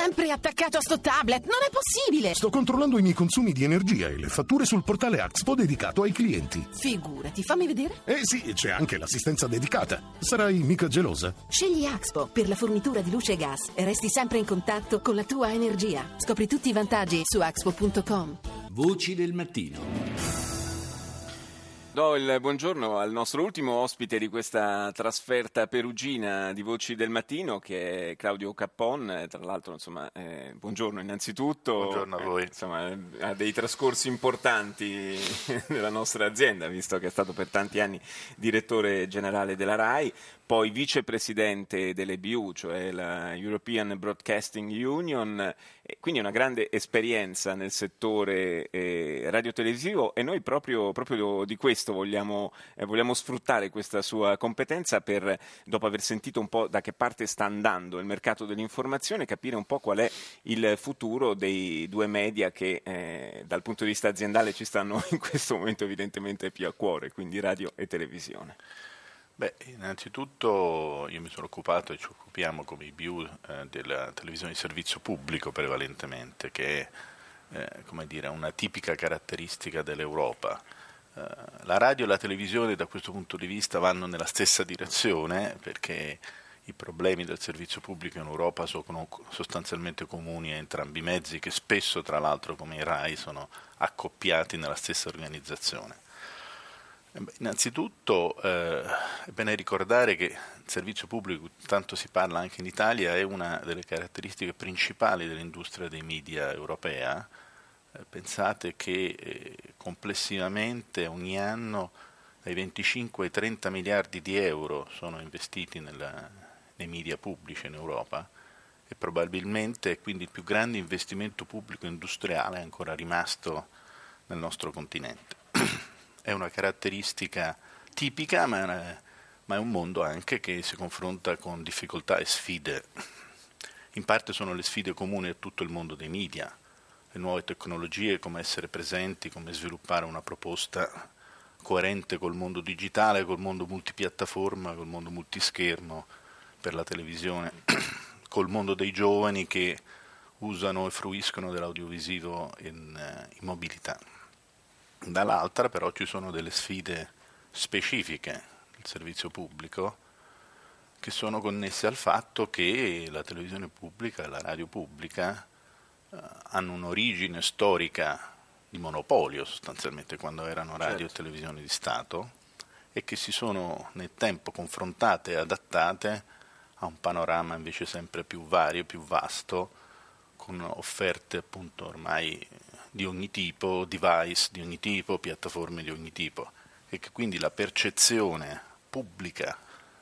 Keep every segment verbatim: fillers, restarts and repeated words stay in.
sempre attaccato a sto tablet, non è possibile! Sto controllando i miei consumi di energia e le fatture sul portale Axpo dedicato ai clienti. Figurati, fammi vedere. Eh sì, c'è anche l'assistenza dedicata. Sarai mica gelosa? Scegli Axpo per la fornitura di luce e gas e resti sempre in contatto con la tua energia. Scopri tutti i vantaggi su axpo punto com. Voci del mattino. Do il buongiorno al nostro ultimo ospite di questa trasferta perugina di Voci del Mattino, che è Claudio Cappon. Tra l'altro, insomma, eh, buongiorno innanzitutto. Buongiorno a voi. Eh, insomma, ha dei trascorsi importanti nella nostra azienda, visto che è stato per tanti anni direttore generale della RAI, poi vicepresidente dell'E B U, cioè la European Broadcasting Union, e quindi una grande esperienza nel settore eh, radiotelevisivo, e noi proprio, proprio di questo vogliamo, eh, vogliamo sfruttare questa sua competenza per, dopo aver sentito un po' da che parte sta andando il mercato dell'informazione, capire un po' qual è il futuro dei due media che eh, dal punto di vista aziendale ci stanno in questo momento evidentemente più a cuore, quindi radio e televisione. Beh, innanzitutto io mi sono occupato e ci occupiamo come I B U eh, della televisione di servizio pubblico prevalentemente, che è eh, come dire, una tipica caratteristica dell'Europa. Eh, la radio e la televisione da questo punto di vista vanno nella stessa direzione, perché i problemi del servizio pubblico in Europa sono sostanzialmente comuni a entrambi i mezzi, che spesso tra l'altro come i RAI sono accoppiati nella stessa organizzazione. Innanzitutto eh, è bene ricordare che il servizio pubblico, tanto si parla anche in Italia, è una delle caratteristiche principali dell'industria dei media europea. Eh, pensate che eh, complessivamente ogni anno dai venticinque ai trenta miliardi di euro sono investiti nella, nei media pubblici in Europa, e probabilmente è quindi il più grande investimento pubblico industriale ancora rimasto nel nostro continente. È una caratteristica tipica, ma è, una, ma è un mondo anche che si confronta con difficoltà e sfide. In parte sono le sfide comuni a tutto il mondo dei media, le nuove tecnologie, come essere presenti, come sviluppare una proposta coerente col mondo digitale, col mondo multipiattaforma, col mondo multischermo per la televisione, col mondo dei giovani che usano e fruiscono dell'audiovisivo in, in mobilità. Dall'altra però ci sono delle sfide specifiche del servizio pubblico che sono connesse al fatto che la televisione pubblica e la radio pubblica eh, hanno un'origine storica di monopolio sostanzialmente quando erano radio certo. e televisione di Stato, e che si sono nel tempo confrontate e adattate a un panorama invece sempre più vario, più vasto, con offerte appunto ormai di ogni tipo, device di ogni tipo, piattaforme di ogni tipo, e che quindi la percezione pubblica,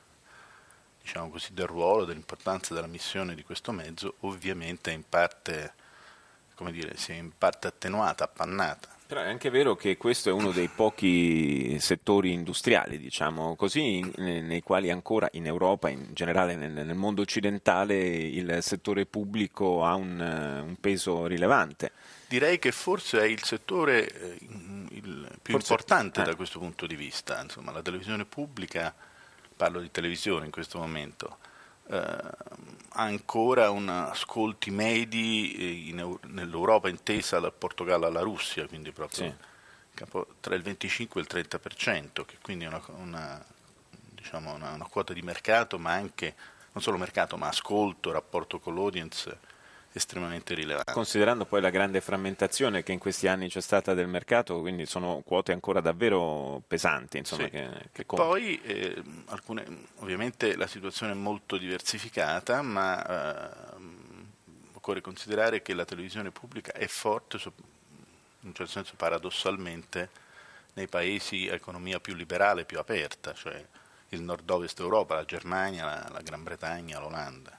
diciamo così, del ruolo, dell'importanza della missione di questo mezzo ovviamente è in parte, come dire, si è in parte attenuata, appannata. Però è anche vero che questo è uno dei pochi settori industriali, diciamo così, nei quali ancora in Europa, in generale nel, nel mondo occidentale, il settore pubblico ha un, un peso rilevante. Direi che forse è il settore eh, il più forse, importante eh. da questo punto di vista. Insomma, la televisione pubblica, parlo di televisione in questo momento, eh, ha ancora un ascolti medi in, nell'Europa intesa dal Portogallo alla Russia, quindi proprio sì. capo, tra il venticinque e il trenta per cento, che quindi è una, una, diciamo una, una quota di mercato, ma anche non solo mercato, ma ascolto, rapporto con l'audience estremamente rilevante. Considerando poi la grande frammentazione che in questi anni c'è stata del mercato, quindi sono quote ancora davvero pesanti, insomma, sì. che, che poi eh, alcune, ovviamente la situazione è molto diversificata, ma eh, occorre considerare che la televisione pubblica è forte, in un certo senso paradossalmente, nei paesi a economia più liberale, più aperta, cioè il nord-ovest Europa, la Germania, la, la Gran Bretagna, l'Olanda.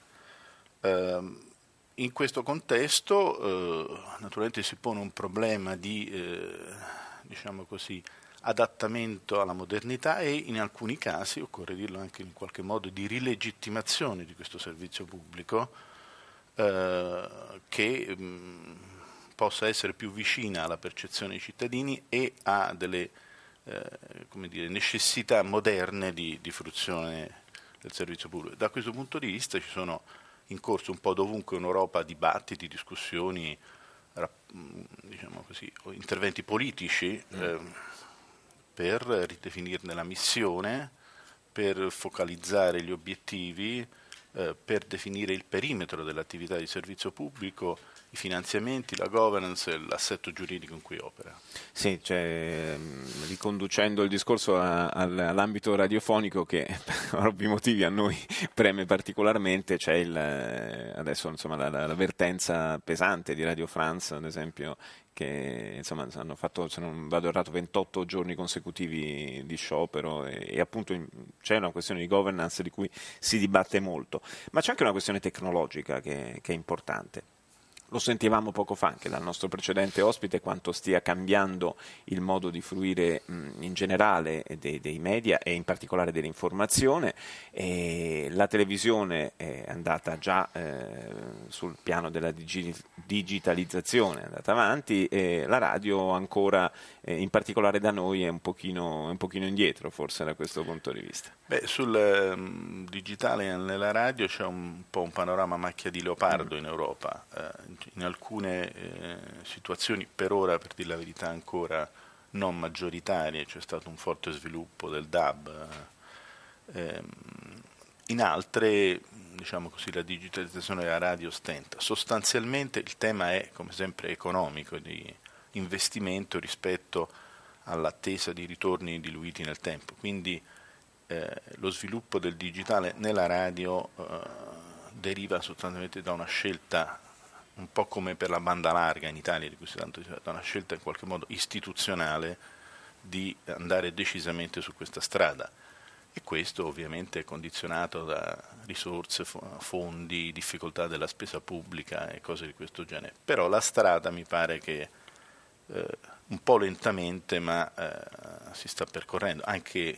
Eh, In questo contesto eh, naturalmente si pone un problema di eh, diciamo così, adattamento alla modernità e in alcuni casi, occorre dirlo anche in qualche modo, di rilegittimazione di questo servizio pubblico eh, che mh, possa essere più vicina alla percezione dei cittadini e a delle eh, come dire, necessità moderne di, di fruizione del servizio pubblico. Da questo punto di vista ci sono in corso un po' dovunque in Europa dibattiti, discussioni, diciamo così, interventi politici eh, per ridefinirne la missione, per focalizzare gli obiettivi, eh, per definire il perimetro dell'attività di servizio pubblico, i finanziamenti, la governance e l'assetto giuridico in cui opera. Sì, cioè, riconducendo il discorso a, all'ambito radiofonico che per ovvi motivi a noi preme particolarmente, c'è il, adesso insomma, la, la, l'avvertenza pesante di Radio France, ad esempio, che insomma hanno fatto, se non vado errato, ventotto giorni consecutivi di sciopero e, e appunto in, c'è una questione di governance di cui si dibatte molto, ma c'è anche una questione tecnologica che, che è importante. Lo sentivamo poco fa anche dal nostro precedente ospite quanto stia cambiando il modo di fruire mh, in generale dei, dei media e in particolare dell'informazione. E la televisione è andata già eh, sul piano della digi- digitalizzazione, è andata avanti, e la radio ancora, eh, in particolare da noi, è un pochino, è un pochino indietro forse da questo punto di vista. Beh, sul um, digitale e nella radio c'è un po' un panorama macchia di leopardo mm. in Europa. Uh, in alcune eh, situazioni, per ora, per dire la verità, ancora non maggioritarie, c'è stato un forte sviluppo del D A B, eh, in altre, diciamo così, la digitalizzazione della radio stenta. Sostanzialmente il tema è, come sempre, economico, di investimento rispetto all'attesa di ritorni diluiti nel tempo, quindi eh, lo sviluppo del digitale nella radio eh, deriva sostanzialmente da una scelta, un po' come per la banda larga in Italia, di cui si tanto dice, da una scelta in qualche modo istituzionale di andare decisamente su questa strada, e questo ovviamente è condizionato da risorse, fondi, difficoltà della spesa pubblica e cose di questo genere. Però la strada mi pare che eh, un po' lentamente ma eh, si sta percorrendo, anche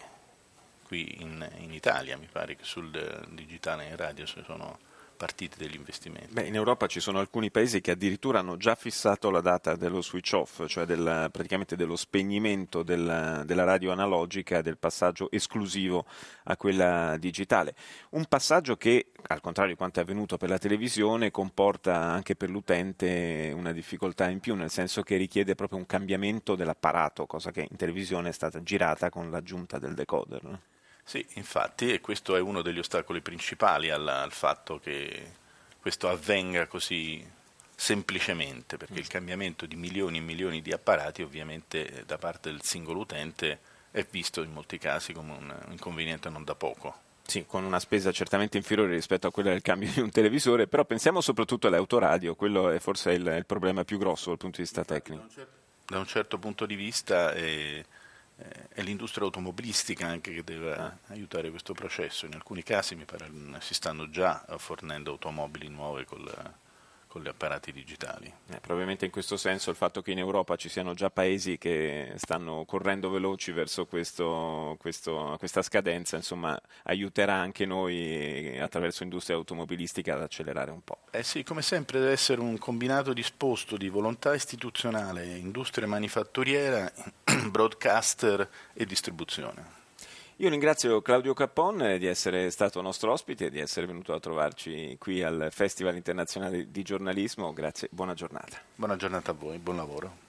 qui in, in Italia mi pare che sul digitale in radio si sono partiti degli investimenti. Beh, in Europa ci sono alcuni paesi che addirittura hanno già fissato la data dello switch off, cioè del, praticamente dello spegnimento del, della radio analogica, del passaggio esclusivo a quella digitale. Un passaggio che, al contrario di quanto è avvenuto per la televisione, comporta anche per l'utente una difficoltà in più, nel senso che richiede proprio un cambiamento dell'apparato, cosa che in televisione è stata girata con l'aggiunta del decoder, no? Sì, infatti, e questo è uno degli ostacoli principali al, al fatto che questo avvenga così semplicemente, perché il cambiamento di milioni e milioni di apparati ovviamente da parte del singolo utente è visto in molti casi come un inconveniente non da poco. Sì, con una spesa certamente inferiore rispetto a quella del cambio di un televisore, però pensiamo soprattutto alle autoradio, quello è forse il, il problema più grosso dal punto di vista tecnico. Da un certo, da un certo punto di vista è, è l'industria automobilistica anche che deve ah. aiutare questo processo. In alcuni casi mi pare si stanno già fornendo automobili nuove col, con gli apparati digitali. Eh, probabilmente in questo senso il fatto che in Europa ci siano già paesi che stanno correndo veloci verso questo, questo, questa scadenza, insomma, aiuterà anche noi attraverso l'industria automobilistica ad accelerare un po'. Eh sì, come sempre deve essere un combinato disposto di volontà istituzionale, industria manifatturiera, broadcaster e distribuzione. Io ringrazio Claudio Cappon di essere stato nostro ospite e di essere venuto a trovarci qui al Festival Internazionale di Giornalismo. Grazie, buona giornata. Buona giornata a voi, buon lavoro.